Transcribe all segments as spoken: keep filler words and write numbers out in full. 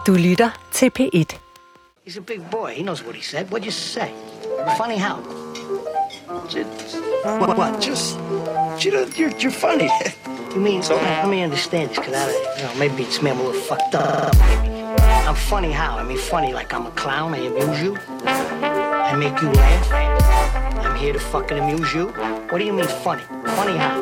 Du lytter til P et. He's a big boy. He knows what he said. What'd you say? Funny how? Just, what, what? Just, you know, you're, you're funny. You mean, so, let me understand this, because I, you know, maybe it's me, I'm a little fucked up. Maybe. I'm funny how? I mean, funny like I'm a clown. I amuse you. I make you laugh. I'm here to fucking amuse you. What do you mean funny? Funny how?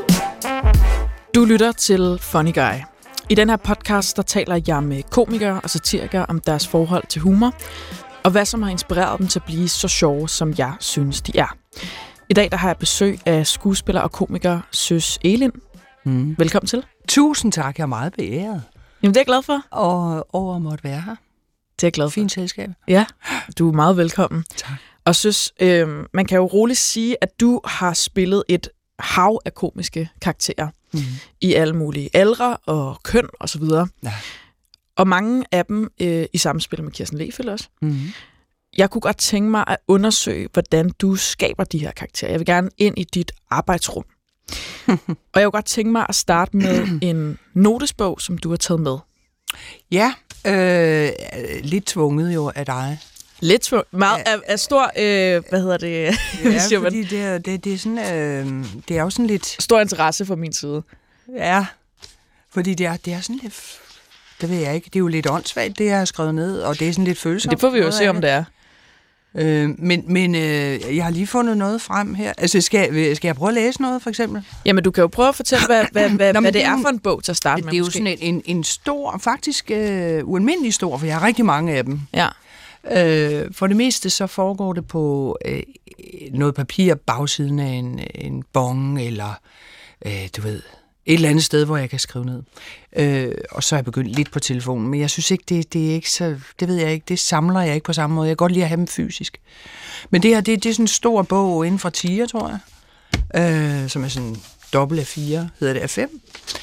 Du lytter til Funny Guy. I den her podcast, der taler jeg med komikere og satirikere om deres forhold til humor, og hvad som har inspireret dem til at blive så sjove, som jeg synes, de er. I dag der har jeg besøg af skuespiller og komiker Søs Elin. Mm. Velkommen til. Tusind tak, jeg er meget beæret. Jamen, det er jeg glad for. Og over at måtte være her. Det er jeg glad for. Fint selskab. Ja, du er meget velkommen. Tak. Og Søs, øh, man kan jo roligt sige, at du har spillet et hav af komiske karakterer. Mm. I alle mulige aldre og køn og så videre. Ja. Og mange af dem øh, i samspil med Kirsten Lehfeldt også. Mm. Jeg kunne godt tænke mig at undersøge, hvordan du skaber de her karakterer. Jeg vil gerne ind i dit arbejdsrum. Og jeg kunne godt tænke mig at starte med en notesbog, som du har taget med. Ja, øh, lidt tvunget jo af dig. Lidt tvunget? Meget ja. af, af stor, øh, hvad hedder det? Ja, fordi det er, det, det, er sådan, øh, det er jo sådan lidt... Stor interesse fra min side. Ja, fordi det er, det er sådan lidt... Det ved jeg ikke. Det er jo lidt åndssvagt, det jeg har skrevet ned, og det er sådan lidt følsomt. Det får vi jo se, om det er. Øh, men men øh, jeg har lige fundet noget frem her. Altså, skal, skal jeg prøve at læse noget, for eksempel? Jamen, du kan jo prøve at fortælle, hvad, hvad, hvad, Nå, hvad det er for en bog til at starte det med. Det er måske. jo sådan en, en stor, faktisk øh, ualmindelig stor, for jeg har rigtig mange af dem. Ja. Øh, for det meste så foregår det på øh, noget papir, bagsiden af en, en bong, eller øh, du ved, et eller andet sted, hvor jeg kan skrive ned. Øh, og så er jeg begyndt lidt på telefonen, men jeg synes ikke, det, det er ikke så, det ved jeg ikke, det samler jeg ikke på samme måde. Jeg kan godt lide at have dem fysisk. Men det her, det, det er sådan en stor bog inden for tier, tror jeg, øh, som er sådan dobbelt af fire, hedder det af fem.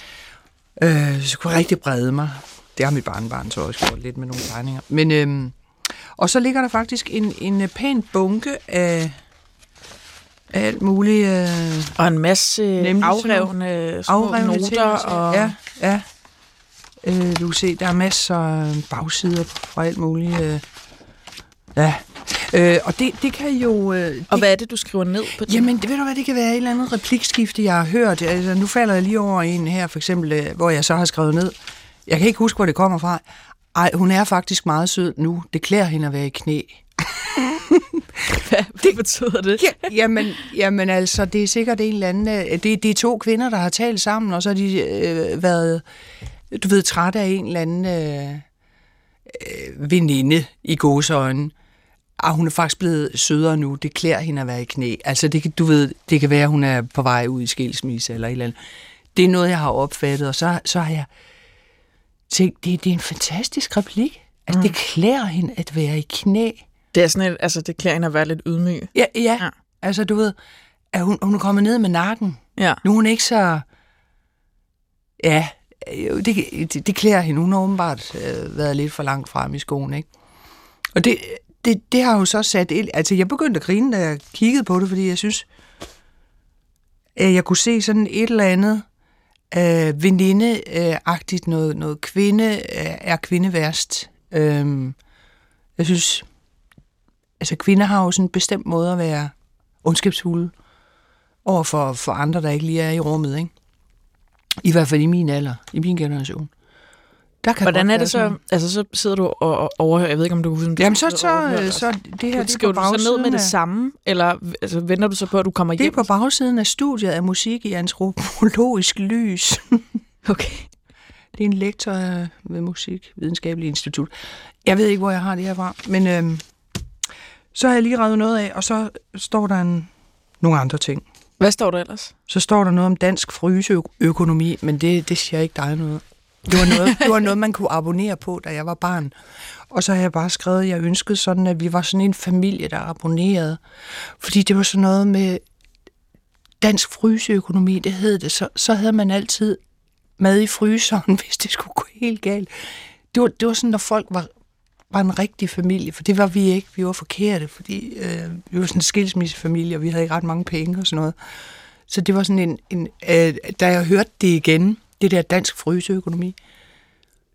Øh, så kunne jeg rigtig brede mig. Det har mit barnebarn så også gjort lidt med nogle tegninger. Men øh, og så ligger der faktisk en, en pæn bunke af alt muligt. Øh, og en masse afrevne små afrevne noter. Ting, og... Ja, ja. Øh, du kan se, der er masser af bagsider fra alt muligt. Øh, ja. Øh, og det, det kan jo... Øh, det, og hvad er det, du skriver ned på det? Jamen, det ved du hvad, det kan være et eller andet replikskifte, jeg har hørt. Altså, nu falder jeg lige over en her, for eksempel, øh, hvor jeg så har skrevet ned. Jeg kan ikke huske, hvor det kommer fra. Ej, hun er faktisk meget sød nu. Det klæder hende at være i knæ. Hvad, hvad betyder det? Ja, jamen, jamen altså, det er sikkert en eller anden... Det, det er to kvinder, der har talt sammen, og så har de øh, været, du ved, trætte af en eller anden øh, øh, veninde i gåseøjne. Ah, hun er faktisk blevet sødere nu. Det klæder hende at være i knæ. Altså, det, du ved, det kan være, at hun er på vej ud i skilsmisse eller et eller andet. Det er noget, jeg har opfattet, og så, så har jeg tænkt, det, det er en fantastisk replik. Altså, mm. det klæder hende at være i knæ. Det er sådan et, altså det klæder hende at være lidt ydmyg. Ja, ja. ja. Altså du ved, at hun, hun er kommet ned med nakken. Ja. Nu er hun ikke så... Ja, det, det, det klæder hende. Hun har åbenbart øh, været lidt for langt frem i skoen, ikke? Og det, det, det har jo så sat... Altså jeg begyndte at grine, da jeg kiggede på det, fordi jeg synes, at jeg kunne se sådan et eller andet øh, veninde-agtigt, noget, noget kvinde øh, er kvinde værst. Øh, jeg synes... Altså, kvinder har jo sådan en bestemt måde at være ondskabsfulde over for, for andre, der ikke lige er i rummet, ikke? I hvert fald i min alder, i min generation. Der kan Hvordan er det så? Sådan. Altså, så sidder du og overhører, jeg ved ikke, om du kunne... Jamen, så, så, så, så det her, Skriver det er på du så ned med det samme, eller altså, venter du så på, at du kommer det hjem? Det er på bagsiden af studiet af musik i antropologisk lys. Okay. Det er en lektor ved Musik, Videnskabelig Institut. Jeg ved ikke, hvor jeg har det herfra, men... Øhm, så har jeg lige revet noget af, og så står der en, nogle andre ting. Hvad står der ellers? Så står der noget om dansk fryseøkonomi, men det, det siger ikke dig noget. Det var noget, det var noget, man kunne abonnere på, da jeg var barn. Og så har jeg bare skrevet, at jeg ønskede sådan, at vi var sådan en familie, der abonnerede. Fordi det var sådan noget med dansk fryseøkonomi, det hed det. Så, så havde man altid mad i fryseren, hvis det skulle gå helt galt. Det var, det var sådan, når folk var... var en rigtig familie, for det var vi ikke. Vi var forkerte, fordi øh, vi var sådan en skilsmissefamilie, og vi havde ikke ret mange penge og sådan noget. Så det var sådan en... en øh, da jeg hørte det igen, det der dansk fryseøkonomi,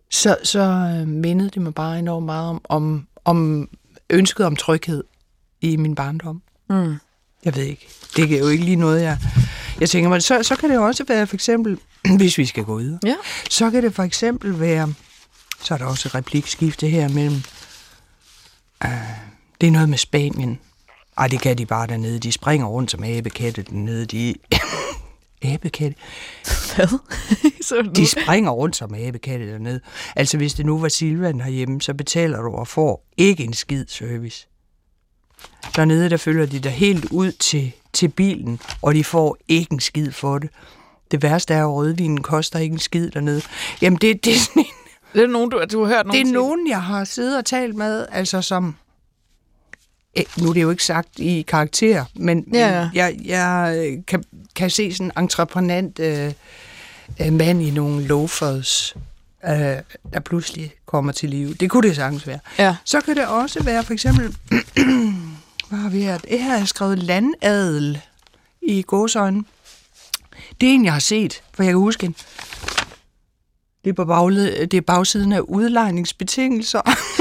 så, så øh, mindede det mig bare enormt meget om, om, om ønsket om tryghed i min barndom. Mm. Jeg ved ikke. Det er jo ikke lige noget, jeg... Jeg tænker mig, så, så kan det jo også være, for eksempel, hvis vi skal gå videre, Ja. så kan det for eksempel være, så er der også et replikskifte her mellem, uh, det er noget med Spanien. Ej, det kan de bare dernede. De springer rundt som abekatte dernede. De... abekatte? Hvad? Så De springer rundt som abekatte dernede. Altså, hvis det nu var Silvan herhjemme, så betaler du og får ikke en skid service. Dernede, der følger de der helt ud til, til bilen, og de får ikke en skid for det. Det værste er, at rødvinen koster ikke en skid dernede. Jamen, det, det er sådan en... Det er nogen, du, du har hørt nogen Det er sige. nogen, jeg har siddet og talt med, altså som... Nu er det jo ikke sagt i karakter, men Ja, ja. jeg, jeg kan, kan se sådan en entreprenant øh, mand i nogle loafers, øh, der pludselig kommer til live. Det kunne det sagtens være. Ja. Så kan det også være, for eksempel... Hvad har vi her? Det her er skrevet landadel i gåseøjne. Det er en, jeg har set, for jeg kan huske en. Det er på bagled, det er bagsiden af udlejningsbetingelser.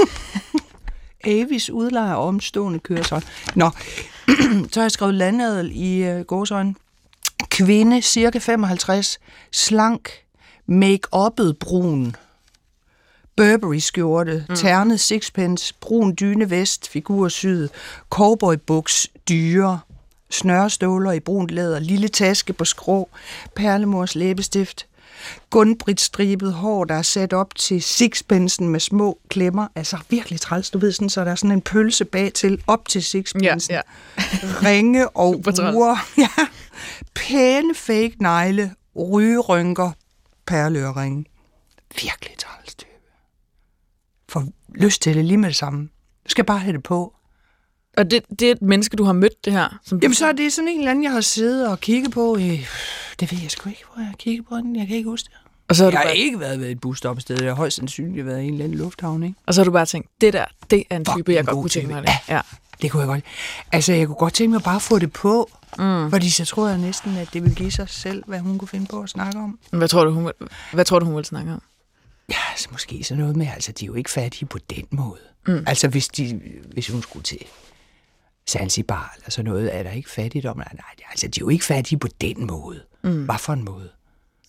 Avis udlejer omstående køretøj. Nå, så har jeg skrevet landadel i uh, gåseøjne. Kvinde, cirka femoghalvtreds, slank, make-uppet brun. Burberry-skjorte, mm. ternet sixpence, brun dynevest, figursyd, cowboybuks, dyre, snørståler i brunt læder, lille taske på skrå, perlemors læbestift, gunbritstribet hår, der er sat op til sixpencen med små klemmer. Altså virkelig træls, du ved, sådan, så der er sådan en pølse bag til op til sixpencen. Ja, ja. Ringe og Supertræls. ure. Ja. Pæne fake negle, rygerynker, perleøringe. Virkelig træls type. Får lyst til det lige med det samme. Du skal bare have det på. Og det, det er et menneske, du har mødt, det her? Som du... Jamen, så er det sådan en eller anden, jeg har siddet og kigget på i... Det ved jeg sgu ikke, hvor jeg har kigget på den. Jeg kan ikke huske det. Og så har du Jeg har bare... ikke været ved et busstoppested. Jeg har højst sandsynligt været i en eller anden lufthavn, ikke? Og så har du bare tænkt, det der, det er en type, Fucking jeg godt god kunne tænke type. mig. Det. Ja. Det kunne jeg godt. Altså, jeg kunne godt tænke mig bare at få det på. Mm. Fordi så tror jeg næsten, at det ville give sig selv, hvad hun kunne finde på at snakke om. Hvad tror du, hun, vil- hvad tror du, hun vil snakke om? Ja, altså måske sådan noget med, altså, de er jo ikke fattige på den måde. Mm. Altså, hvis, de, hvis hun skulle til Zanzibar eller sådan noget, er der ikke fattigdom. Nej, nej, altså, de er jo ikke fattige på den måde. Mm. Hvad for en måde?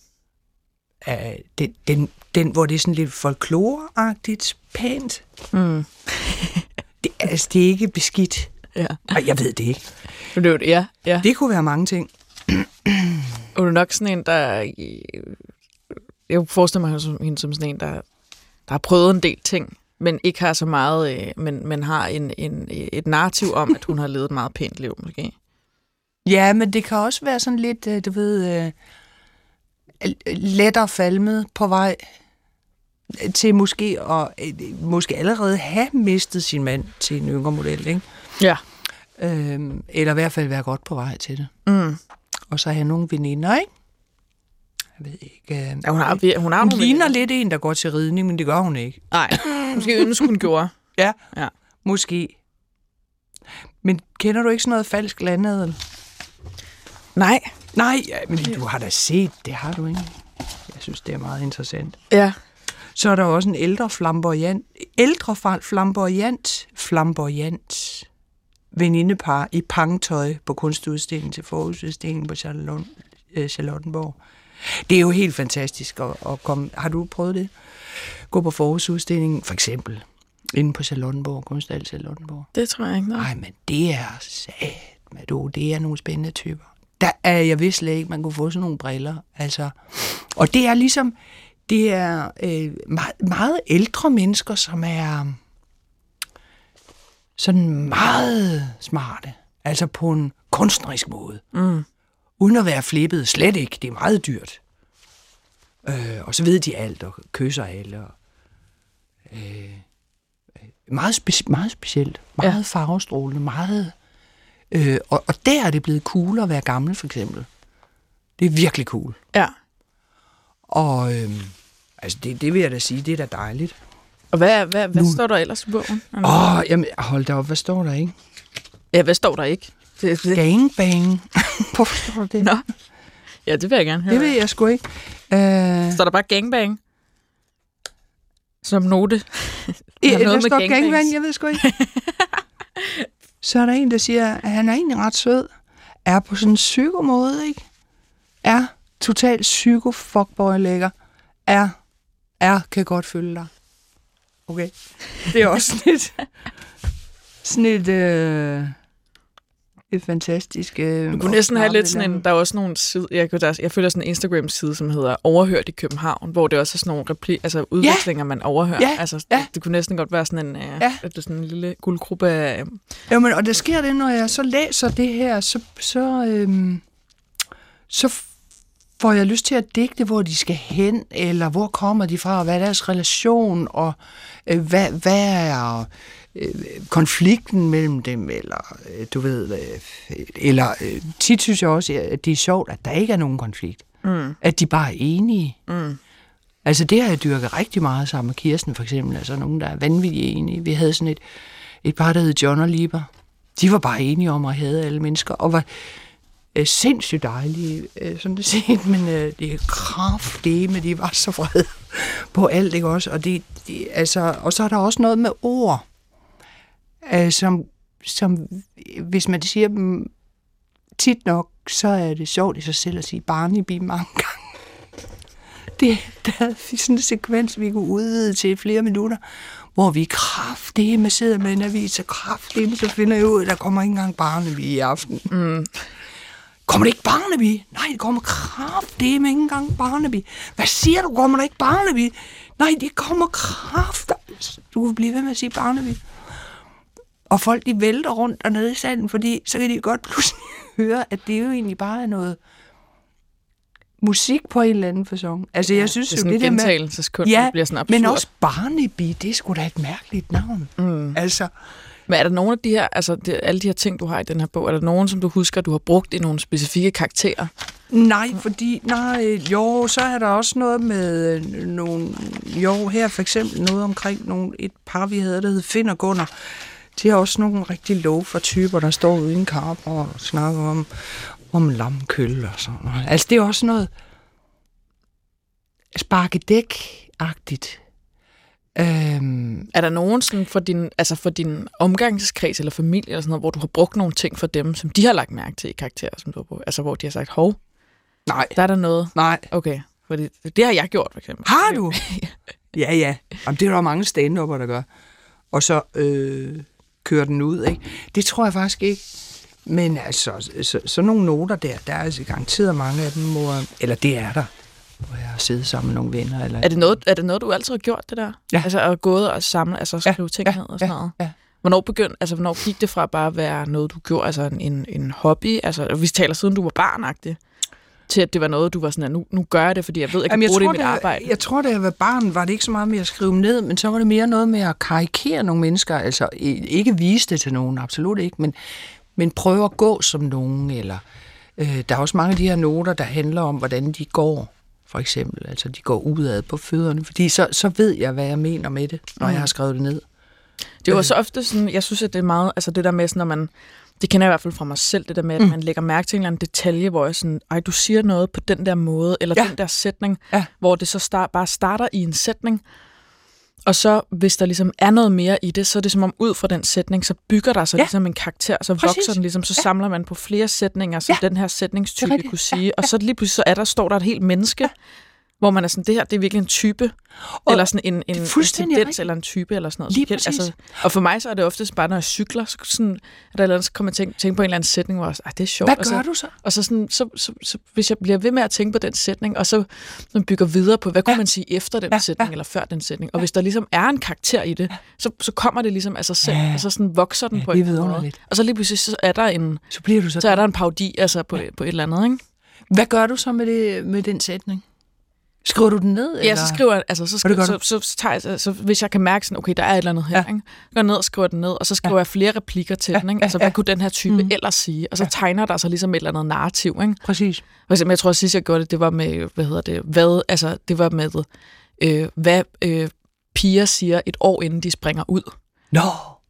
Uh, den, den, den, hvor det er sådan lidt folkloreagtigt, pænt. Mm. Det, altså, det er ikke beskidt. Ja. Ej, jeg ved det ikke. Det er jo- ja, ja. Det kunne være mange ting. Og du er nok sådan en, der... Jeg forestiller mig som- hende som sådan en, der, der har prøvet en del ting, men ikke har så meget, øh, men, men har en, en, et narrativ om, at hun har levet et meget pænt liv, måske. Ja, men det kan også være sådan lidt, øh, du ved, øh, lettere falmet på vej til måske at øh, måske allerede have mistet sin mand til en yngre model, ikke? Ja. Øhm, eller i hvert fald være godt på vej til det. Mm. Og så have nogle veninder, ikke? Jeg ved ikke. Øh, Ja, hun har, hun har hun nogle ligner veninder. lidt en, der går til ridning, men det gør hun ikke. Nej, måske ønske hun gjorde. Ja, Ja. måske. Men kender du ikke sådan noget falsk landadel? Nej. Nej, ja, men du har da set, det har du ikke. Jeg synes, det er meget interessant. Ja. Så er der også en ældre flamboyant, ældre fa- flamboyant, flamboyant venindepar i pangtøj på kunstudstillingen til forårsudstillingen på Charlotte, øh, Charlottenborg. Det er jo helt fantastisk at, at komme. Har du prøvet det? Gå på forårsudstillingen, for eksempel, inde på Charlottenborg, kunsthal Charlottenborg. Det tror jeg ikke. Nej. Nej, men det er sat med du, det er nogle spændende typer. Der er, jeg vidste slet ikke, man kunne få sådan nogle briller. Altså, og det er ligesom, det er øh, meget, meget ældre mennesker, som er sådan meget smarte. Altså på en kunstnerisk måde. Mm. Uden at være flippet. Slet ikke. Det er meget dyrt. Øh, og så ved de alt, og kysser alle. Og, øh, meget, spe- meget specielt. Meget Ja. farvestrålende. Meget... Øh, og, og der er det blevet cool at være gammel, for eksempel. Det er virkelig cool. Ja. Og øh, altså det, det vil jeg da sige, det er da dejligt. Og hvad, hvad, hvad Nu- står der ellers i bogen? Åh, oh, jamen hold da op, hvad står der, ikke? Ja, hvad står der ikke? Det, det. Gangbang. Hvorfor står der det? Nå. Ja, det vil jeg gerne høre. Det ved jeg sgu ikke. Øh, Står der bare gangbang? Som note. Der, der står gangbang, jeg ved sgu ikke. Så er der en, der siger, at han er egentlig ret sød. Er på sådan en psykomåde, ikke? Er totalt psyko-fuckboy-lækker. Er, er, kan godt følge dig. Okay. Det er også sådan et, sådan et, øh, et fantastisk... Øh, du kunne næsten have lidt sådan en... Der er også nogle side... Jeg, kunne, der, jeg følger sådan en Instagram-side, som hedder Overhørt i København, hvor det også er sådan nogle repli, altså udvekslinger, ja. man overhører. Ja. Altså, ja. det, det kunne næsten godt være sådan en, øh, ja. det er sådan en lille guldgruppe af... Øh. Jo, men og der sker det, når jeg så læser det her, så... så øh, så får jeg lyst til at digte, hvor de skal hen, eller hvor kommer de fra, hvad er deres relation, og øh, hvad, hvad er øh, konflikten mellem dem, eller øh, du ved, øh, eller øh, tit synes jeg også, at det er sjovt, at der ikke er nogen konflikt. Mm. At de bare er enige. Mm. Altså det har jeg dyrket rigtig meget sammen med Kirsten, for eksempel, altså nogen, der er vanvittigt enige. Vi havde sådan et, et par, der hed John og Lieber. De var bare enige om at hade alle mennesker, og var sindssygt dejlige, sådan det set, men øh, det er kraftedeme, de var så vrede på alt, ikke også? Og, det, det, altså, og så er der også noget med ord, øh, som, som, hvis man siger dem tit nok, så er det sjovt i sig selv at sige Barnaby mange gange. Det, der er sådan en sekvens, vi kunne udvide til flere minutter, hvor vi kraftedeme sidder med en avis, og kraftedeme, så finder jeg ud, at der kommer ikke engang Barnaby i aften. Mm. Kommer det ikke Barnaby? Nej, det kommer kraftedeme ikke engang Barnaby. Hvad siger du? Kommer der ikke Barnaby? Nej, det kommer kraft. Du kan blive ved med at sige Barnaby. Og folk, de vælter rundt dernede i salen, fordi så kan de godt pludselig høre, at det jo egentlig bare er noget musik på en eller anden facon. Altså, jeg synes det er sådan jo, en det gentagelseskund, ja, det bliver sådan absurd. Men også Barnaby, det er sgu da et mærkeligt navn. Mm. Altså... Men er der nogle af de her, altså det, alle de her ting, du har i den her bog, er der nogen, som du husker, du har brugt i nogle specifikke karakterer? Nej, fordi, nej, jo, så er der også noget med nogle, jo, her for eksempel noget omkring nogle, et par, vi havde, der hed Finn og Gunnar. De har også nogle rigtig low-for-typer, der står ude i en karp og snakker om, om lamkøl og sådan noget. Altså, det er også noget sparkedæk-agtigt. Øhm. Er der nogen sådan for din, altså for din omgangskreds eller familie eller sådan noget, hvor du har brugt nogle ting for dem, som de har lagt mærke til i karakterer, som du har brugt? Altså hvor de har sagt, hov, nej. Der er der noget? Nej. Okay, fordi det har jeg gjort for eksempel. Har du? ja, ja. Jamen, det er der mange stand-upper, der gør. Og så øh, kører den ud, ikke? Det tror jeg faktisk ikke. Men altså, så, så, så nogle noter der, der er altså garanteret mange af dem, hvor, eller det er der. Hvor jeg har siddet sammen med nogle venner. Eller... Er, det noget, er det noget, du altid har gjort, det der? Ja. Altså at gået og samle, altså at skrive ja. ting ja. ned og sådan ja. noget? Ja. Hvornår begyndte, altså hvornår gik det fra bare at være noget, du gjorde, altså en, en hobby? Altså vi taler siden du var barnagtig, til at det var noget, du var sådan, at nu, nu gør jeg det, fordi jeg ved, jeg kan Jamen, bruge jeg det i mit det, arbejde. Jeg tror, da jeg var barn, var det ikke så meget med at skrive dem ned, men så var det mere noget med at karikere nogle mennesker, altså ikke vise det til nogen, absolut ikke, men, men prøve at gå som nogen, eller øh, der er også mange af de her noter, der handler om, hvordan de går. For eksempel, altså de går udad på fødderne, fordi så, så ved jeg, hvad jeg mener med det, når mm. jeg har skrevet det ned. Det er jo så ofte sådan, jeg synes, at det er meget, altså det der med sådan, når man, det kender jeg i hvert fald fra mig selv, det der med, at mm. man lægger mærke til en eller anden detalje, hvor jeg sådan, ej, du siger noget på den der måde, eller ja. den der sætning, ja. hvor det så start, bare starter i en sætning, og så, hvis der ligesom er noget mere i det, så er det som om ud fra den sætning, så bygger der sig ja. ligesom en karakter, så Præcis. vokser den ligesom, så ja. samler man på flere sætninger, som ja. den her sætningstype kunne sige, ja. Ja. og så lige pludselig så er der, står der et helt menneske, ja. hvor man er sådan, det her, det er virkelig en type, og eller sådan en, en, en tendens, eller en type, eller sådan noget. Lige så, altså, og for mig så er det oftest bare, når jeg cykler, så, sådan, er der eller andet, så kommer jeg tænke, tænke på en eller anden sætning, hvor jeg ah, det er sjovt. Hvad gør og så, du så? Og så, sådan, så, så, så, hvis jeg bliver ved med at tænke på den sætning, og så man bygger videre på, hvad kunne ja. man sige efter den ja. sætning, ja. eller før den sætning, og ja. hvis der ligesom er en karakter i det, så, så kommer det ligesom af sig selv, ja. og så sådan vokser den ja, på en måde. Og så lige pludselig, så er der en, så bliver du så, så er der en parodi altså på, på et eller andet, ikke? Hvad gør du så med, det, med den sætning? Skriver du den ned? Ja, eller? så skriver jeg, altså, så, skriver, så, så, så tager jeg, altså, hvis jeg kan mærke sådan, okay, der er et eller andet her, ja. ikke? Så går jeg ned og skriver den ned, og så skriver ja. jeg flere replikker til ja. den, ikke? Altså, hvad ja. kunne den her type mm. ellers sige? Og så ja. tegner der sig ligesom et eller andet narrativ, ikke? Præcis. For eksempel, jeg tror, at sidst jeg gjorde det, det var med, hvad hedder det, hvad, altså, det var med, øh, hvad øh, piger siger et år inden de springer ud. Nå!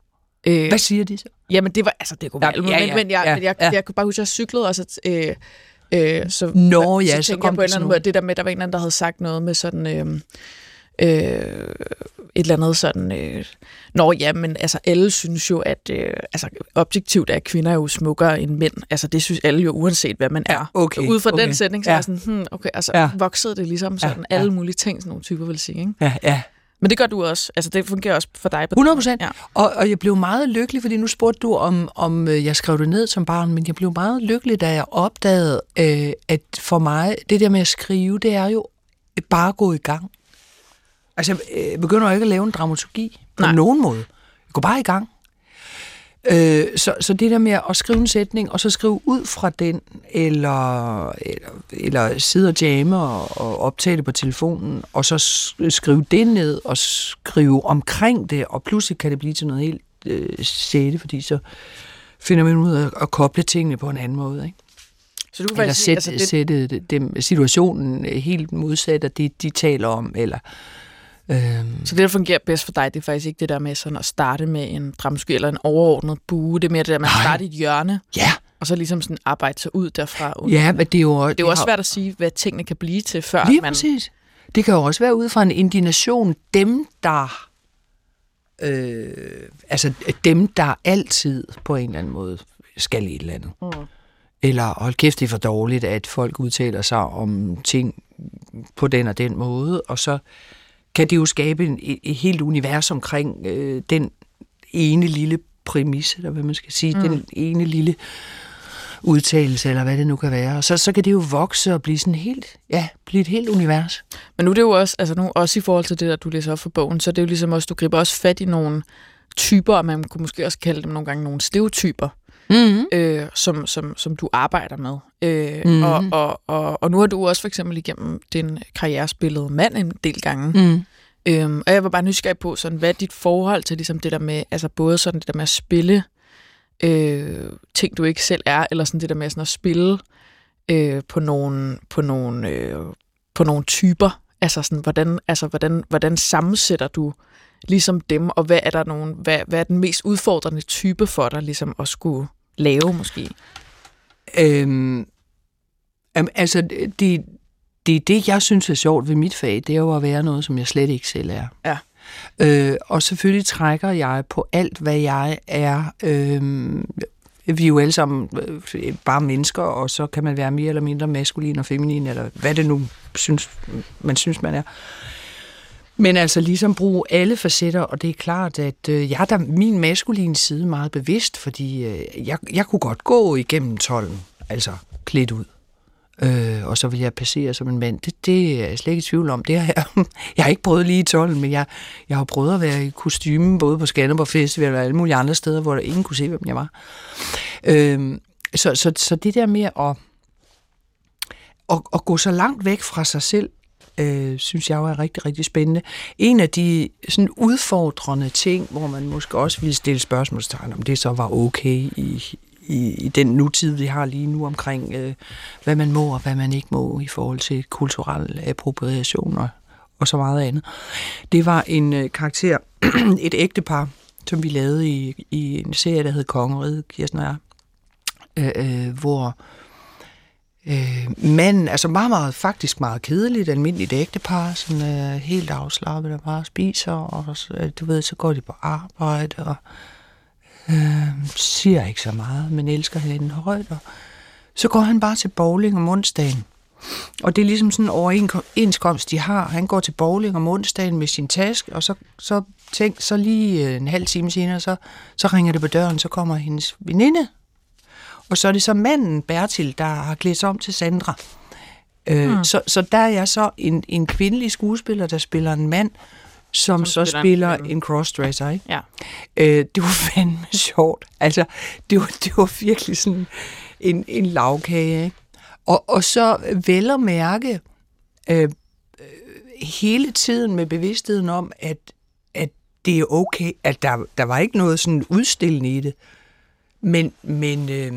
Øh, hvad siger de så? Jamen, det var, altså, det kunne være, ja, ja, ja, men, men jeg, ja, men jeg, ja. jeg, jeg kunne bare huske, at jeg cyklede, og så... Øh, Øh, så, Nå, ja, så, så tænker jeg på en eller anden måde, det der med, der var en eller anden, der havde sagt noget med sådan, øh, øh, eller andet sådan, øh, nå ja, men altså alle synes jo, at øh, altså, objektivt er kvinder jo smukkere end mænd. Altså det synes alle jo, uanset hvad man er. Okay, Ud fra okay. den sætning, så Ja. er sådan, hmm, okay, altså Ja. voksede det ligesom sådan, Ja, ja. alle mulige ting, sådan nogle typer vil sige, ikke? Ja, ja. Men det gør du også. Altså det fungerer også for dig. På hundrede procent. Ja. Og, og jeg blev meget lykkelig, fordi nu spurgte du, om, om øh, jeg skrev det ned som barn, men jeg blev meget lykkelig, da jeg opdagede, øh, at for mig, det der med at skrive, det er jo bare at gå i gang. Altså, jeg begynder jo ikke at lave en dramaturgi på Nej. nogen måde. Jeg går bare i gang. Øh, så, så det der med at skrive en sætning, og så skrive ud fra den, eller, eller, eller sidde og jamme og, og optage det på telefonen, og så skrive det ned, og skrive omkring det, og pludselig kan det blive til noget helt øh, sætte, fordi så finder man ud af at, at koble tingene på en anden måde, ikke? Så du kan Eller faktisk sige, sætte, altså, det, sætte dem, situationen helt modsat af det, de taler om, eller... Øhm. Så det, der fungerer bedst for dig, det er faktisk ikke det der med sådan at starte med en dramaturgi eller en overordnet bue. Det er mere det der med at starte i et hjørne, Ja. og så ligesom sådan arbejde sig ud derfra. Ja, men det er jo... Det er jo også svært at sige, hvad tingene kan blive til, før Lige man... præcis. Det kan jo også være ud fra en indignation. Dem, der... Øh, altså dem, der altid på en eller anden måde skal et eller andet. Mm. Eller hold kæft, det er for dårligt, at folk udtaler sig om ting på den og den måde, og så kan det jo skabe en, et helt univers omkring øh, den ene lille præmis, eller hvad man skal sige, mm. den ene lille udtalelse, eller hvad det nu kan være. Og så, så kan det jo vokse og blive sådan helt, ja, blive et helt univers. Men nu er det jo også, altså nu, også i forhold til det, der du læser op for bogen, så er det jo ligesom også, du griber også fat i nogle typer, og man kunne måske også kalde dem nogle gange nogle stereotyper, mm-hmm. øh, som, som, som du arbejder med. Øh, mm-hmm. og, og, og, og nu har du også for eksempel igennem din karriere spillet mand en del gange. Mm. Øhm, og jeg var bare nysgerrig på, sådan, hvad er dit forhold til ligesom det der med, altså både sådan det der med at spille øh, ting, du ikke selv er, eller sådan det der med sådan at spille øh, på nogle, på nogle, øh, på nogle typer. Altså sådan, hvordan, altså hvordan, hvordan sammensætter du ligesom dem, og hvad er der nogen, hvad, hvad er den mest udfordrende type for dig, ligesom at skulle lave måske? Øhm, altså, det, det, det, jeg synes er sjovt ved mit fag, det er jo at være noget, som jeg slet ikke selv er. Ja. Øh, og selvfølgelig trækker jeg på alt, hvad jeg er. Øh, vi er jo alle sammen øh, bare mennesker, og så kan man være mere eller mindre maskulin og feminin, eller hvad det nu synes, man synes, man er. Men altså ligesom bruge alle facetter, og det er klart, at øh, jeg er da min maskuline side meget bevidst, fordi øh, jeg, jeg kunne godt gå igennem tolden, altså klædt ud. Øh, og så vil jeg passere som en mand. Det, det er jeg slet ikke i tvivl om. Det har jeg, jeg har ikke prøvet lige i tolden, men jeg, jeg har prøvet at være i kostyme, både på Skanderborg Festival og alle mulige andre steder, hvor der ingen kunne se, hvem jeg var. Øh, så, så, så det der med at, at, at gå så langt væk fra sig selv, øh, synes jeg jo er rigtig, rigtig spændende. En af de sådan udfordrende ting, hvor man måske også ville stille spørgsmålstegn, om det så var okay i I, i den nutid, vi har lige nu omkring, øh, hvad man må og hvad man ikke må i forhold til kulturel appropriation og, og så meget andet. Det var en øh, karakter, et ægtepar, som vi lavede i, i en serie, der hed Kongeriget, Kirsten og jeg, øh, øh, hvor øh, manden, altså meget, meget, faktisk meget kedeligt, almindeligt ægtepar, sådan øh, helt afslappet, der bare spiser, og så, du ved, så går de på arbejde, og Øh, siger ikke så meget, men elsker hinanden højt. Og så går han bare til bowling om onsdagen. Og det er ligesom sådan en overenskomst, de har. Han går til bowling om onsdagen med sin taske, og så, så, tænk, så lige en halv time senere, så, så ringer det på døren, så kommer hendes veninde. Og så er det så manden, Bertil, der har klædt sig om til Sandra. Øh, mm. så, så der er jeg så en, en kvindelig skuespiller, der spiller en mand, som, som så spiller, spiller en, en crossdresser, ikke? Ja. Øh, det var fandme sjovt. Altså, det var, det var virkelig sådan en, en lavkage, ikke? Og, og så vel at mærke øh, hele tiden med bevidstheden om, at, at det er okay, at der, der var ikke noget sådan udstillende i det. Men, men, øh,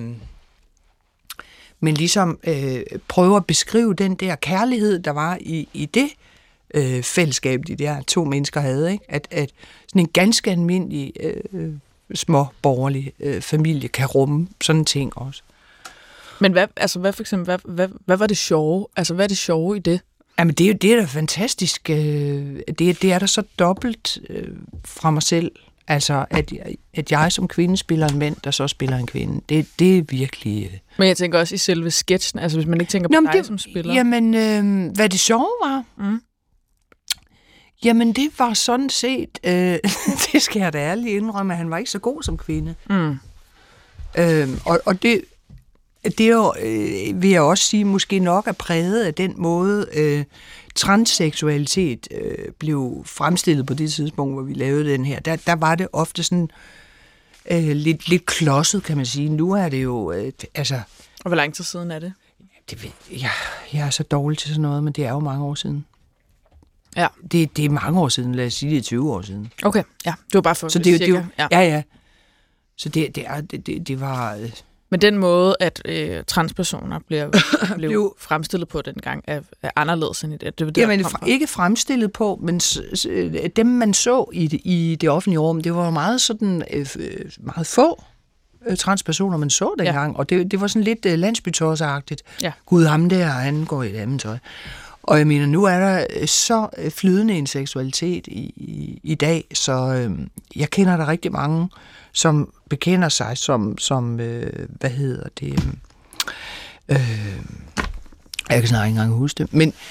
men ligesom øh, prøve at beskrive den der kærlighed, der var i, i det, Øh, fællesskab, de der to mennesker havde, ikke? At, at sådan en ganske almindelig øh, små borgerlig øh, familie kan rumme sådan en ting også. Men hvad, altså hvad for eksempel, hvad, hvad, hvad var det sjove? Altså hvad er det sjove i det? Jamen, det er jo det er da fantastisk. Det, det er da så dobbelt øh, fra mig selv. Altså, at, at jeg som kvinde spiller en mand, der så spiller en kvinde. Det, det er virkelig... Øh... Men jeg tænker også i selve sketchen, altså hvis man ikke tænker på Nå, dig det, som spiller. Jamen, øh, hvad det sjove var... Mm. Jamen, det var sådan set... Øh, det skal jeg da ærligt indrømme, at han var ikke så god som kvinde. Mm. Øh, og, og det... Det er jo, øh, vil jeg også sige, måske nok er præget af den måde, øh, transseksualitet øh, blev fremstillet på det tidspunkt, hvor vi lavede den her. Der, der var det ofte sådan øh, lidt, lidt klodset, kan man sige. Nu er det jo... Øh, altså, og hvor lang tid siden er det? det ved, jeg, jeg er så dårlig til sådan noget, men det er jo mange år siden. Ja. Det, det er mange år siden, lad os sige, det er tyve år siden. Okay, ja. Det var bare for så det, cirka. Det, ja. ja, ja. Så det, det, er, det, det, det var... Øh, Men den måde, at øh, transpersoner blev, blev fremstillet på dengang, er, er anderledes end i det. det, det Jamen, ikke fremstillet på, men s- s- dem, man så i det, i det offentlige rum, det var meget sådan øh, meget få øh, transpersoner, man så dengang, ja. Og det, det var sådan lidt øh, landsbytårsagtigt. Ja. Gud, ham der, han går i et andet tøj. Og jeg mener, nu er der så flydende en seksualitet i, i, i dag, så øh, jeg kender der rigtig mange, som bekender sig som, som øh, hvad hedder det, øh, jeg kan snart ikke engang huske det, men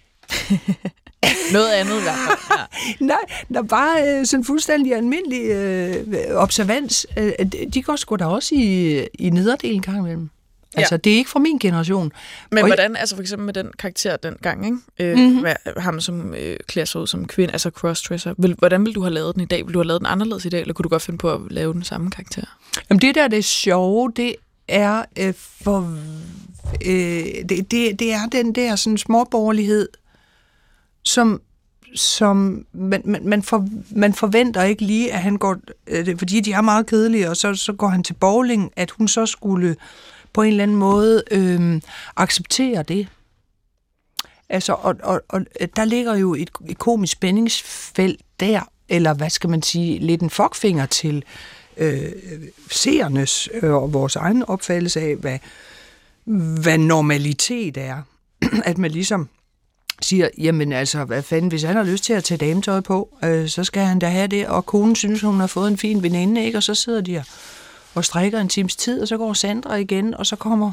noget andet i hvert fald. Ja. Nej, der bare øh, sådan fuldstændig almindelig øh, observans. Øh, de går sgu da også i, i nederdelen en gang imellem. Altså, ja. Det er ikke fra min generation. Men og hvordan, altså for eksempel med den karakter dengang, ikke? Øh, mm-hmm. hvad, ham som øh, klæder sig ud som kvinde, altså crossdresser, vil, hvordan ville du have lavet den i dag? Vil du have lavet den anderledes i dag, eller kunne du godt finde på at lave den samme karakter? Jamen det der, det sjove, det er øh, for... Øh, det, det, det er den der sådan småborgerlighed, som... som man, man, man, for, man forventer ikke lige, at han går... Øh, fordi de er meget kedelige, og så, så går han til bowling, at hun så skulle... på en eller anden måde øh, acceptere det. Altså, og, og, og der ligger jo et, et komisk spændingsfelt der, eller hvad skal man sige, lidt en fuckfinger til øh, seernes øh, og vores egen opfattelse af, hvad, hvad normalitet er. At man ligesom siger, jamen altså, hvad fanden, hvis han har lyst til at tage dametøj på, øh, så skal han da have det, og konen synes, hun har fået en fin veninde, ikke? Og så sidder de her og strikker en times tid, og så går Sandra igen, og så kommer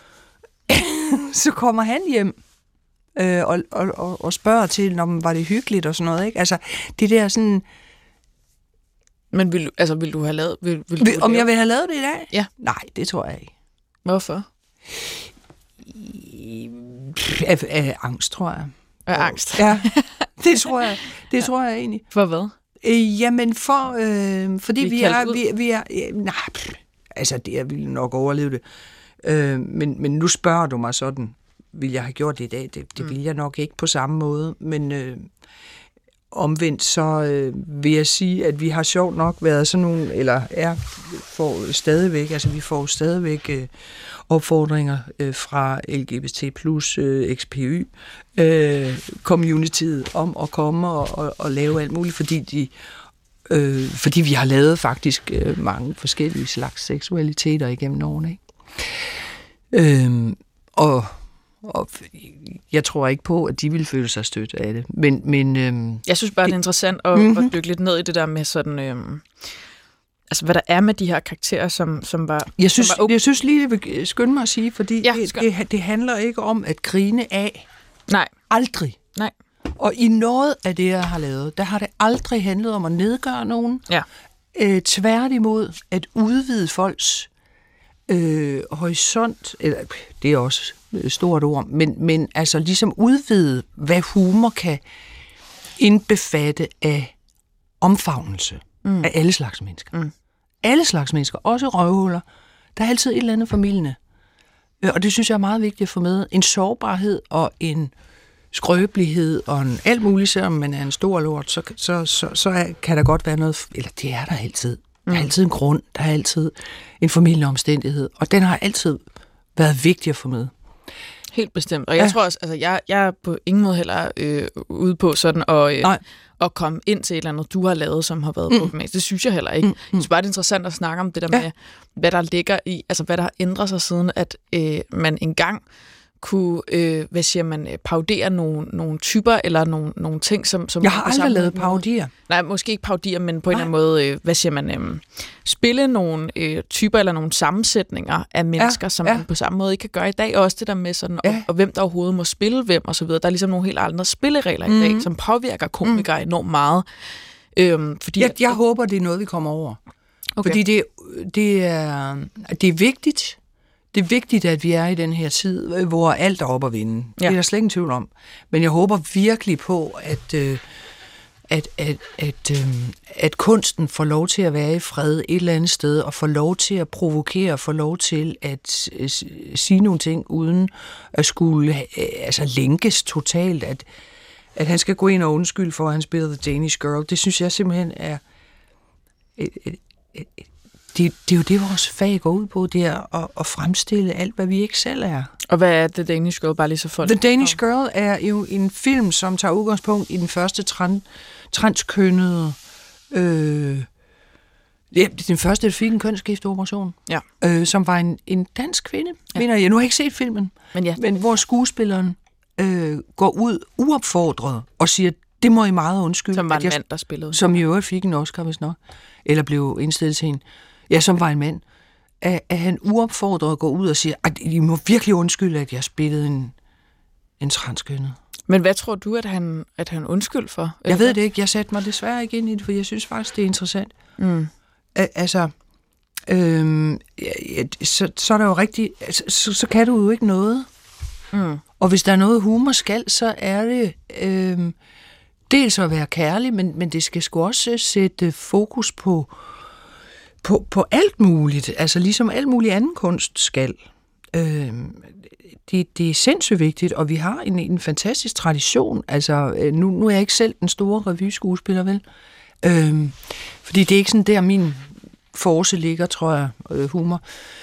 så kommer han hjem øh, og, og, og spørger til, når var det hyggeligt og sådan noget, ikke? Altså, det der sådan... Men vil, altså, vil du have lavet... Vil, vil vil, du om lave? jeg vil have lavet det i dag? Ja. Nej, det tror jeg ikke. Hvorfor? Af, af angst, tror jeg. Af angst? Ja, det tror jeg. Det ja. tror jeg egentlig. For hvad? Øh, jamen, for, øh, fordi vi, vi er... Vi, vi er øh, nej, pff, altså, det jeg ville nok overleve det. Øh, men, men nu spørger du mig sådan, vil jeg have gjort det i dag? Det, det mm. vil jeg nok ikke på samme måde, men øh, omvendt så øh, vil jeg sige, at vi har sjovt nok været sådan nogle, eller er får stadigvæk, altså vi får stadigvæk øh, opfordringer øh, fra L G B T plus øh, X P Y øh, communityet om at komme og, og, og lave alt muligt, fordi de øh, fordi vi har lavet faktisk øh, mange forskellige slags seksualiteter igennem årene, ikke? Øh, og Og jeg tror ikke på, at de vil føle sig stødt af det. Men, men, øhm, jeg synes bare, det er interessant at, mm-hmm. at dykke lidt ned i det der med sådan... Øhm, altså, hvad der er med de her karakterer, som, som var... Jeg synes, som var jeg synes lige, det vil skynde mig at sige, fordi ja, det, det, det handler ikke om at grine af. Nej. Aldrig. Nej. Og i noget af det, jeg har lavet, der har det aldrig handlet om at nedgøre nogen. Ja. Øh, tværtimod at udvide folks øh, horisont, eller det er også et stort ord, men, men altså ligesom udvide, hvad humor kan indbefatte af omfavnelse mm. af alle slags mennesker. Mm. Alle slags mennesker, også røvhuller. Der er altid et eller andet formildende. Og det synes jeg er meget vigtigt at få med. En sårbarhed og en skrøbelighed og en alt muligt, selvom man er en stor lort, så, så, så, så kan der godt være noget, eller det er der altid. Der er altid en grund, der er altid en formildende omstændighed, og den har altid været vigtig at få med. Helt bestemt. Og jeg ja. tror også, altså jeg, jeg er på ingen måde heller øh, ude på sådan at, øh, at komme ind til et eller andet, du har lavet, som har været mm. problematisk. Det synes jeg heller ikke. Mm. Jeg synes bare, det er interessant at snakke om det der ja. med, hvad der ligger i, altså hvad der har ændret sig siden, at øh, man engang kunne, øh, hvad siger man, parodere nogle, nogle typer, eller nogle, nogle ting, som... som jeg har aldrig lavet parodier. Nej, måske ikke parodier, men på en eller anden måde, øh, hvad siger man, øh, spille nogle øh, typer, eller nogle sammensætninger af mennesker, ja, som ja. man på samme måde ikke kan gøre i dag. Og også det der med sådan, ja. og, og hvem der overhovedet må spille hvem, og så videre. Der er ligesom nogle helt andre spilleregler mm. i dag, som påvirker komikere mm. enormt meget. Øhm, fordi, jeg, jeg håber, det er noget, vi kommer over. Okay. Fordi det, det, er, det er vigtigt. Det er vigtigt, at vi er i den her tid, hvor alt er op at vinde. Ja. Det er der slet ingen tvivl om. Men jeg håber virkelig på, at, øh, at, at, at, øh, at kunsten får lov til at være i fred et eller andet sted, og får lov til at provokere, får lov til at øh, sige nogle ting, uden at skulle øh, altså lænkes totalt. At, at han skal gå ind og undskylde for, at han spiller The Danish Girl. Det synes jeg simpelthen er... Et, et, et, Det, det er jo det, vores fag går ud på, det er at, at fremstille alt, hvad vi ikke selv er. Og hvad er The Danish Girl, bare lige så folk? The Danish Girl er jo en film, som tager udgangspunkt i den første tran, transkønnede... Øh, ja, den første, der fik en kønsskifteoperation, ja. øh, som var en, en dansk kvinde, ja. mener jeg. Nu har jeg ikke set filmen, men, ja. men hvor skuespilleren øh, går ud uopfordret og siger, det må I meget undskylde. Som var en jeg, mand, der spillede. Som i øvrigt fik en Oscar, hvis nok. Eller blev indstillet til hende. Ja, som var en mand. At, at han uopfordret går ud og siger, at I må virkelig undskylde, at jeg spillede en, en transkønnet. Men hvad tror du, at han, at han undskyld for? Jeg ved det ikke. Jeg satte mig desværre ikke ind i det, for jeg synes faktisk, det er interessant. Mm. A- altså, øhm, ja, så, så er der jo rigtigt... Altså, så, så kan du jo ikke noget. Mm. Og hvis der er noget humor skal, så er det... Øhm, dels at være kærlig, men, men det skal sgu også sætte fokus på... På, på alt muligt, altså ligesom alt muligt anden kunst skal. Øh, det, det er sindssygt vigtigt, og vi har en, en fantastisk tradition. Altså, nu, nu er jeg ikke selv den store revyskuespiller, vel? Øh, fordi det er ikke sådan der, min force ligger, tror jeg, øh, humor.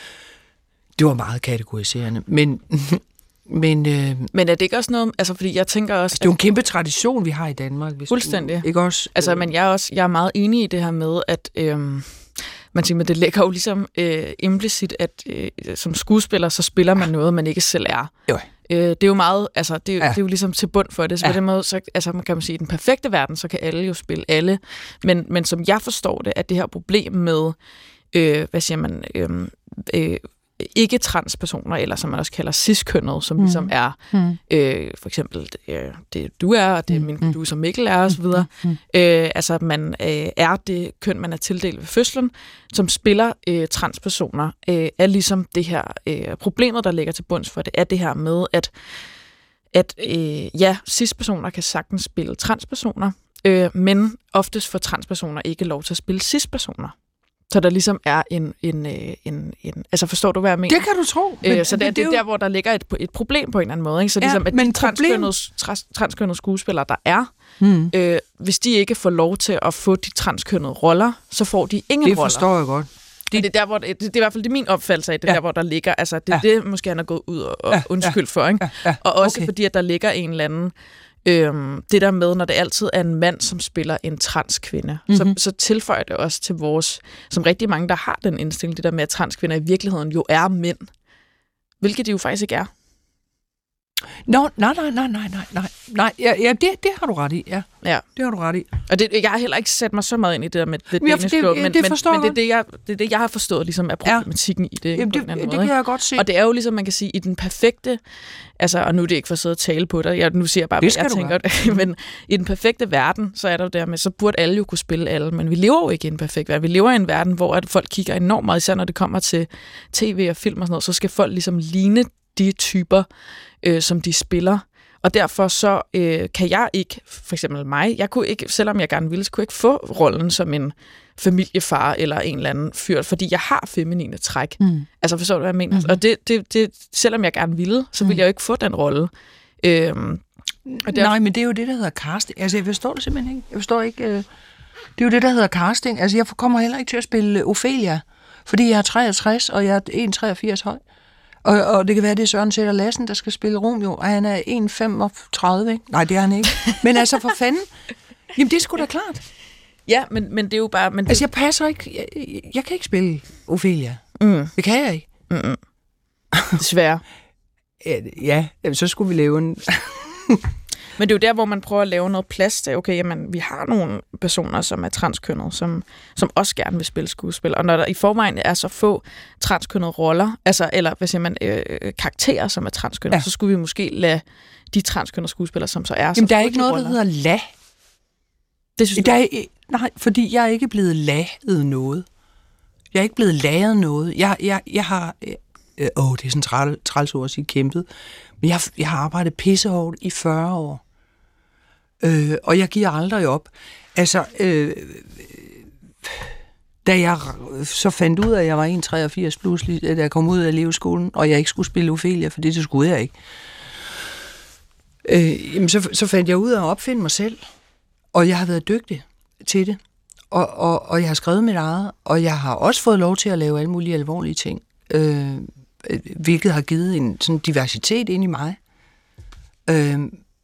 Det var meget kategoriserende, men... Men, øh, men er det ikke også noget, altså fordi jeg tænker også... Det er jo en kæmpe tradition, vi har i Danmark. Hvis fuldstændig. Du, ikke også? Altså, men jeg er også jeg er meget enig i det her med, at... Øh, man siger, men det lægger jo ligesom øh, implicit, at øh, som skuespiller, så spiller man noget, man ikke selv er. Jo. Øh, det er jo meget, altså, det, ja. det er jo ligesom til bund for det. Så ja. på den måde, så, altså, man kan man sige, i den perfekte verden, så kan alle jo spille alle. Men, men som jeg forstår det, at det her problem med, øh, hvad siger man, øh, øh, ikke-transpersoner, eller som man også kalder cis-kønnet, som mm. ligesom er mm. øh, for eksempel øh, det du er, og det min du som Mikkel er, og så videre. Mm. Øh, altså, man øh, er det køn, man er tildelt ved fødslen, som spiller øh, transpersoner, øh, er ligesom det her øh, problemet, der ligger til bunds for det, er det her med, at, at øh, ja, cis-personer kan sagtens spille transpersoner, øh, men oftest får transpersoner ikke lov til at spille cis-personer. Så der ligesom er en, en, en, en... Altså, forstår du, hvad jeg mener? Det kan du tro. Men, øh, så det, det, det er jo... der, hvor der ligger et, et problem på en eller anden måde. Ikke? Så ja, ligesom, at men de transkønnede, trans, transkønnede skuespillere, der er, hmm. øh, hvis de ikke får lov til at få de transkønnede roller, så får de ingen roller. Det forstår roller. jeg godt. Det, det, er der, hvor, det, det er i hvert fald det min opfattelse af, det ja. der, hvor der ligger... Altså, det er ja. det, måske han er gået ud og, og ja. undskyld for, ikke? Ja. Ja. Og også okay. fordi, at der ligger en eller anden... Øhm, det der med, når det altid er en mand, som spiller en transkvinde, mm-hmm. så, så tilføjer det også til vores, som rigtig mange, der har den indstilling, det der med, at transkvinder i virkeligheden jo er mænd, hvilket de jo faktisk ikke er. Nå, nej, nej, nej, nej, nej, nej, nej, ja, ja det, det har du ret i, ja. ja. Det har du ret i. Og det, jeg har heller ikke sat mig så meget ind i det der med det Danish Girl, men, det men, men det, er det, jeg, det er det, jeg har forstået, ligesom er problematikken ja. i det. Jamen, det, det, det kan jeg godt se. Og det er jo ligesom, man kan sige, i den perfekte, altså, og nu er det ikke for at sidde og tale på dig, jeg, nu siger jeg bare, hvad jeg tænker, men i den perfekte verden, så er der jo der med, så burde alle jo kunne spille alle, men vi lever jo ikke i en perfekt verden. Vi lever i en verden, hvor at folk kigger enormt meget, især når det kommer til tv og film og sådan noget, så skal folk ligesom ligne de typer, øh, som de spiller. Og derfor så øh, kan jeg ikke, for eksempel mig, jeg kunne ikke, selvom jeg gerne ville, så kunne jeg ikke få rollen som en familiefar eller en eller anden fyr, fordi jeg har feminine træk. Mm. Altså forstår du, hvad jeg mener? Mm-hmm. Og det, det, det, selvom jeg gerne ville, så ville mm. jeg jo ikke få den rolle. Øhm, og der... Nej, men det er jo det, der hedder casting. Altså jeg forstår det simpelthen ikke. Jeg forstår ikke, øh... det er jo det, der hedder casting. Altså jeg kommer heller ikke til at spille Ophelia, fordi jeg er treogtres, og jeg er en komma treogfirs høj. Og, og det kan være, det er Søren Sætter Lassen, der skal spille Romeo, og han er en komma femogtredive, ikke? Nej, det er han ikke. Men altså, for fanden. Jamen, det er sgu da klart. Ja, men, men det er jo bare... Men det... Altså, jeg passer ikke... Jeg, jeg, jeg kan ikke spille Ophelia. Mm. Det kan jeg ikke. Mm-mm. Desværre. ja, så skulle vi lave en... Men det er jo der, hvor man prøver at lave noget plads til, okay, jamen, vi har nogle personer, som er transkønnede, som, som også gerne vil spille skuespil. Og når der i forvejen er så få transkønnede roller, altså, eller hvad siger man, øh, karakterer, som er transkønnede, ja. Så skulle vi måske lade de transkønnede skuespillere, som så er... Jamen, der er ikke noget, roller. Der hedder lad. Det synes der er, nej, fordi jeg er ikke blevet ladet noget. Jeg er ikke blevet lavet noget. Jeg, jeg, jeg har... Øh, åh, det er sådan træl, trælsord at sige kæmpet. Men jeg, jeg har arbejdet pissehårdt i fyrre år. Øh, og jeg giver aldrig op. Altså, øh, da jeg så fandt ud af, at jeg var en komma treogfirs pludselig, da jeg kom ud af elevskolen, og jeg ikke skulle spille Ophelia, for det, det skulle jeg ikke, øh, jamen så, så fandt jeg ud af at opfinde mig selv. Og jeg har været dygtig til det. Og, og, og jeg har skrevet mit eget, og jeg har også fået lov til at lave alle mulige alvorlige ting. Øh, hvilket har givet en sådan diversitet ind i mig. Øh,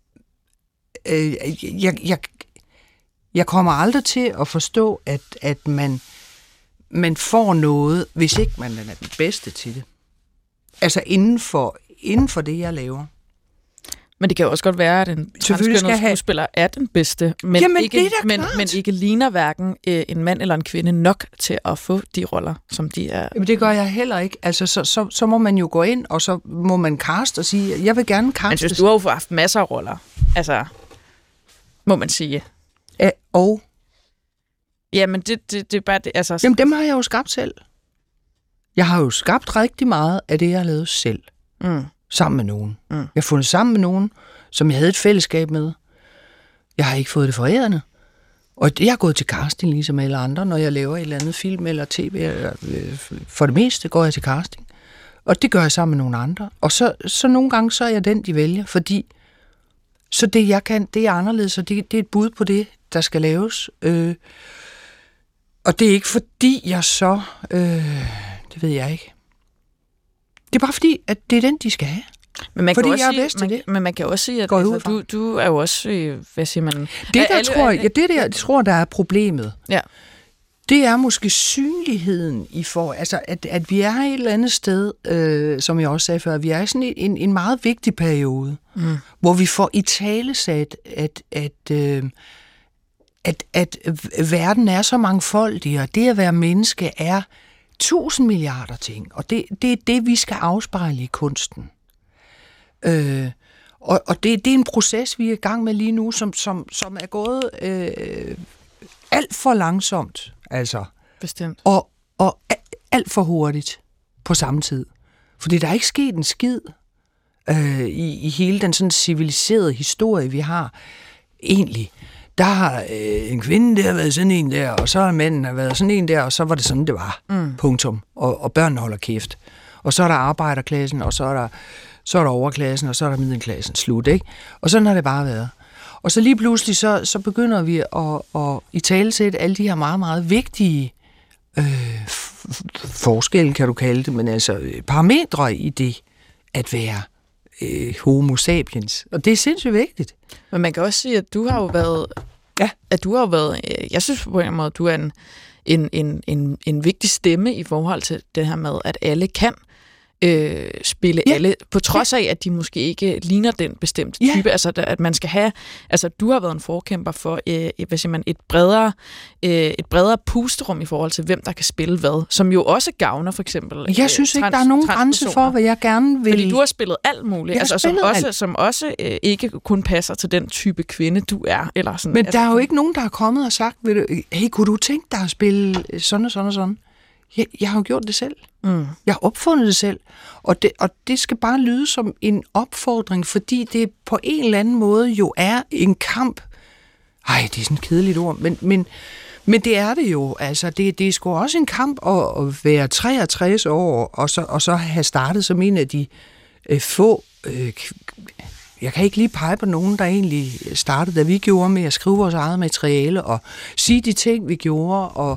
øh, jeg, jeg, jeg kommer aldrig til at forstå, at, at man, man får noget, hvis ikke man er den bedste til det. Altså inden for, inden for det, jeg laver. Men det kan jo også godt være, at en transkønnet skuespiller er den bedste, men, Jamen, ikke, men, men ikke ligner hverken øh, en mand eller en kvinde nok til at få de roller, som de er. Jamen, det gør jeg heller ikke. Altså, så, så, så må man jo gå ind, og så må man cast og sige, jeg vil gerne cast. Men synes, du har jo haft masser af roller, altså, må man sige. Ja, og? Jamen, det, det, det er bare det, altså... Jamen, dem har jeg jo skabt selv. Jeg har jo skabt rigtig meget af det, jeg har lavet selv. Mm. Sammen med nogen. Mm. Jeg har fundet sammen med nogen, som jeg havde et fællesskab med. Jeg har ikke fået det forærende. Og jeg har gået til casting, ligesom alle andre, når jeg laver et eller andet film eller tv. For det meste går jeg til casting. Og det gør jeg sammen med nogle andre. Og så, så nogle gange, så er jeg den, de vælger, fordi så det, jeg kan, det er anderledes, og det, det er et bud på det, der skal laves. Øh, og det er ikke fordi, jeg så... Øh, det ved jeg ikke. Det er bare fordi, at det er den, de skal have. Men man fordi kan også jeg er sige, bedst til man, det. Men man kan også sige, at altså, du, du er jo også, øh, hvad siger man... Det, der alle, tror jeg, alle, ja, det der, jeg tror, der er problemet, ja. Det er måske synligheden i for... Altså, at, at vi er et eller andet sted, øh, som jeg også sagde før, vi er i sådan en, en meget vigtig periode, mm. hvor vi får italesat, at, at, øh, at, at verden er så mangfoldig, og det at være menneske er tusind milliarder ting, og det, det er det, vi skal afspejle i kunsten. Øh, og og det, det er en proces, vi er i gang med lige nu, som, som, som er gået øh, alt for langsomt, altså. Bestemt. Og, og alt for hurtigt på samme tid. Fordi der er ikke sket en skid øh, i, i hele den sådan civiliserede historie, vi har egentlig. Der har øh, en kvinde, der har været sådan en der, og så har manden har været sådan en der, og så var det sådan, det var. Mm. Punktum. Og, og børnene holder kæft. Og så er der arbejderklassen, og så er der, så er der overklassen, og så er der middelklassen. Slut, ikke? Og sådan har det bare været. Og så lige pludselig, så, så begynder vi at, at italesætte alle de her meget, meget vigtige øh, forskelle, kan du kalde det, men altså parametre i det at være øh, homo sapiens. Og det er sindssygt vigtigt. Men man kan også sige, at du har jo været... Ja. At du har jo været... Jeg synes på en måde, at du er en, en, en, en, en vigtig stemme i forhold til det her med, at alle kan øh, spille ja. alle, på trods af, at de måske ikke ligner den bestemte type. Ja. Altså, at man skal have... Altså, du har været en forkæmper for øh, hvad siger man, et bredere, øh, et bredere pusterum i forhold til, hvem der kan spille hvad, som jo også gavner for eksempel... Jeg synes ikke, trans, der er nogen grænse for, hvad jeg gerne vil... Fordi du har spillet alt muligt, altså, som også, alt. som også øh, ikke kun passer til den type kvinde, du er. Eller sådan, Men altså, der er jo ikke nogen, der er kommet og sagt, hey, kunne du tænke dig at spille sådan og sådan og sådan? Jeg, jeg har jo gjort det selv. Mm. Jeg har opfundet det selv. Og det, og det skal bare lyde som en opfordring, fordi det på en eller anden måde jo er en kamp. Ej, det er sådan et kedeligt ord, men, men, men det er det jo. Altså, det, det er sgu også en kamp at, at være treogtres år, og så, og så have startet som en af de øh, få... Øh, jeg kan ikke lige pege på nogen, der egentlig startede, da vi gjorde med at skrive vores eget materiale, og sige de ting, vi gjorde, og...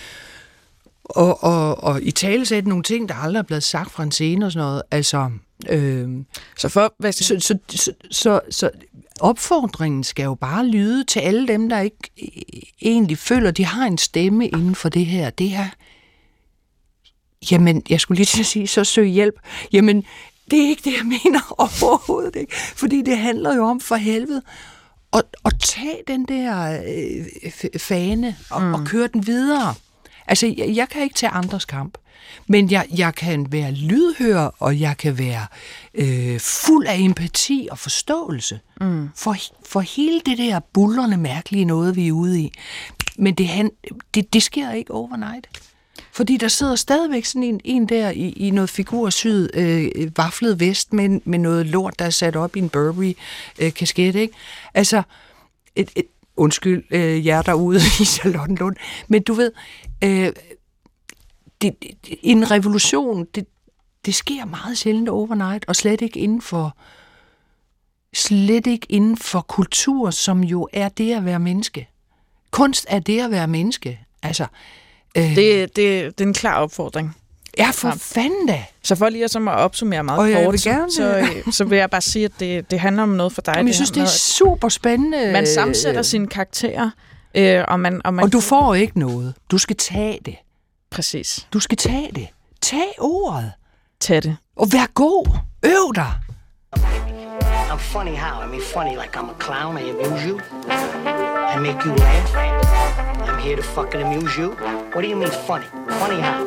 Og, og, og i tale sætte nogle ting, der aldrig er blevet sagt fra en scene og sådan noget. Altså, øh, så, for, hvad så, så, så, så, så opfordringen skal jo bare lyde til alle dem, der ikke egentlig føler, de har en stemme inden for det her. Det er, jamen, jeg skulle lige til at sige, så søg hjælp. Jamen, det er ikke det, jeg mener overhovedet ikke. Fordi det handler jo om for helvede at, at tage den der øh, fane og, mm. og køre den videre. Altså, jeg, jeg kan ikke tage andres kamp. Men jeg, jeg kan være lydhør, og jeg kan være øh, fuld af empati og forståelse mm. for, for hele det der bullerne mærkelige noget, vi er ude i. Men det, det, det sker ikke overnight. Fordi der sidder stadigvæk sådan en, en der i, i noget figursyd, øh, vaflet vest med, med noget lort, der er sat op i en Burberry-kasket, øh, ikke? Altså, et, et, undskyld øh, jer derude i Charlottenlund, men du ved... Øh, Det, det, en revolution, det, det sker meget sjældent overnight, og slet ikke inden for slet ikke inden for kultur, som jo er det at være menneske. Kunst er det at være menneske. Altså, øh, det, det, det er en klar opfordring. Ja, for fanden da. Så for lige at, så at opsummere meget og kort, gerne, så, så vil jeg bare sige, at det, det handler om noget for dig. Jamen, jeg synes, det er super spændende. Man sammensætter sine karakterer, øh, og, man, og, man, og du får ikke noget. Du skal tage det. Præcis. Du skal tage det. Tag ordet. Tag det. Og vær god. Øv dig. I'm funny how? I mean funny like I'm a clown, I amuse you. I make you laugh. I'm here to fucking amuse you. What do you mean funny? Funny how?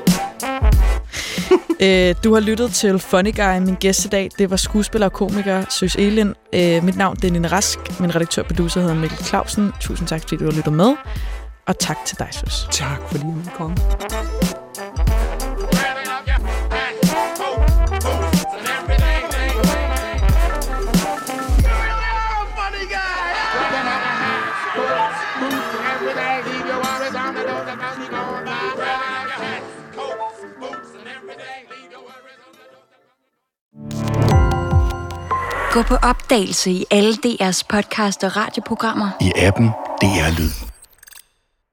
øh, du har lyttet til Funny Guy. Min gæst i dag, det var skuespiller og komiker Søs Elin. Øh, mit navn det er Nina Rask. Min redaktør-producer hedder Mikkel Clausen. Tusind tak, fordi du har lyttet med. Og tak til dig, Søs. Tak, fordi du måtte komme. Gå på opdagelse i alle D R's podcast og radioprogrammer. I appen D R Lyd.